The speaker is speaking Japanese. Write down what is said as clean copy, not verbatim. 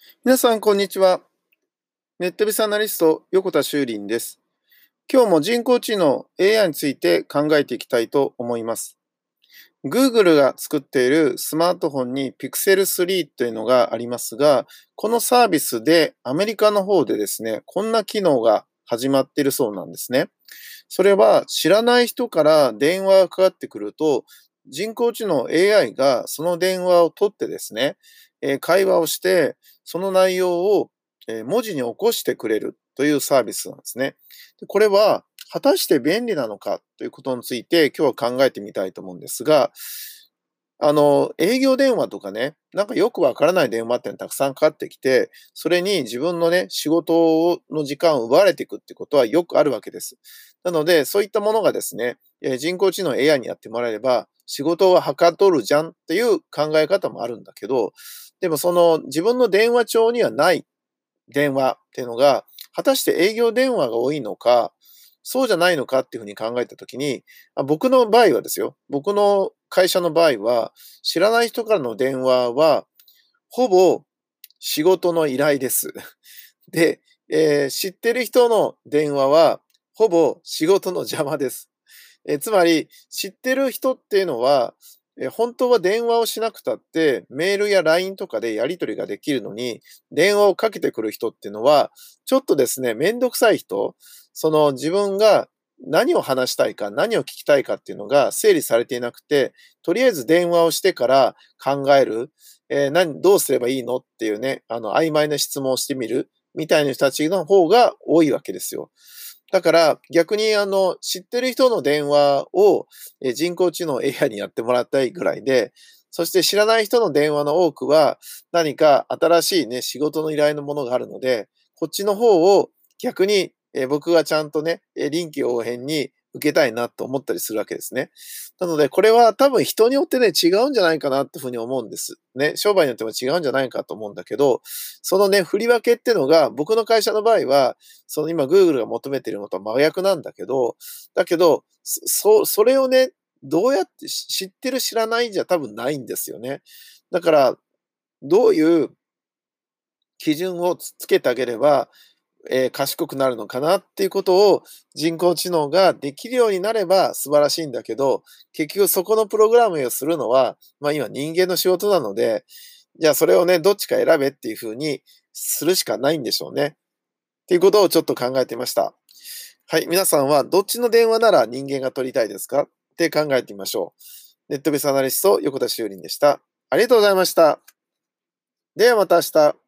皆さん、こんにちは。ネットビスアナリスト、横田修林です。今日も人工知能 AI について考えていきたいと思います。Google が作っているスマートフォンに Pixel 3というのがありますが、このサービスでアメリカの方でですね、こんな機能が始まっているそうなんですね。それは知らない人から電話がかかってくると、人工知能 AI がその電話を取ってですね、会話をして、その内容を文字に起こしてくれるというサービスなんですね。でこれは果たして便利なのかということについて今日は考えてみたいと思うんですが、営業電話とかね、なんかよくわからない電話ってたくさんかかってきて、それに自分のね、仕事の時間を奪われていくってことはよくあるわけです。なので、そういったものがですね、人工知能 AI にやってもらえれば、仕事ははかどるじゃんっていう考え方もあるんだけど、でもその自分の電話帳にはない電話っていうのが、果たして営業電話が多いのか、そうじゃないのかっていうふうに考えたときに、僕の場合はですよ、僕の会社の場合は、知らない人からの電話は、ほぼ仕事の依頼です。で、知ってる人の電話は、ほぼ仕事の邪魔です。つまり、知ってる人っていうのは、本当は電話をしなくたって、メールや LINE とかでやり取りができるのに、電話をかけてくる人っていうのは、ちょっとですね、めんどくさい人、その自分が何を話したいか、何を聞きたいかっていうのが整理されていなくて、とりあえず電話をしてから考える、どうすればいいのっていうね、曖昧な質問をしてみる、みたいな人たちの方が多いわけですよ。だから、逆に知ってる人の電話を、人工知能 AI にやってもらいたいぐらいで、そして知らない人の電話の多くは、何か新しいね、仕事の依頼のものがあるので、こっちの方を逆に、僕がちゃんとね、臨機応変に受けたいなと思ったりするわけですね。なので、これは多分人によってね、違うんじゃないかなっていうふうに思うんです。ね、商売によっても違うんじゃないかと思うんだけど、そのね、振り分けってのが、僕の会社の場合は、その今 Google が求めているのとは真逆なんだけど、それをね、どうやって知ってる知らないじゃ多分ないんですよね。だから、どういう基準をつけてあげれば、賢くなるのかなっていうことを人工知能ができるようになれば素晴らしいんだけど、結局そこのプログラムをするのは、今人間の仕事なので、じゃあそれをね、どっちか選べっていう風にするしかないんでしょうね。っていうことをちょっと考えてみました。はい、皆さんはどっちの電話なら人間が取りたいですかって考えてみましょう。ネットベースアナリスト横田修林でした。ありがとうございました。ではまた明日。